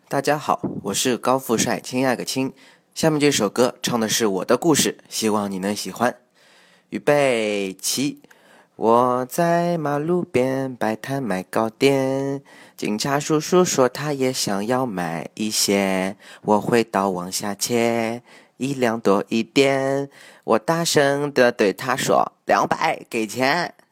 大家好，我是高富帅亲爱个亲。下面这首歌唱的是我的故事，希望你能喜欢。预备起！我在马路边摆摊卖糕点，警察叔叔说他也想要买一些，我会刀往下切，一两多一点。我大声地对他说：200给钱。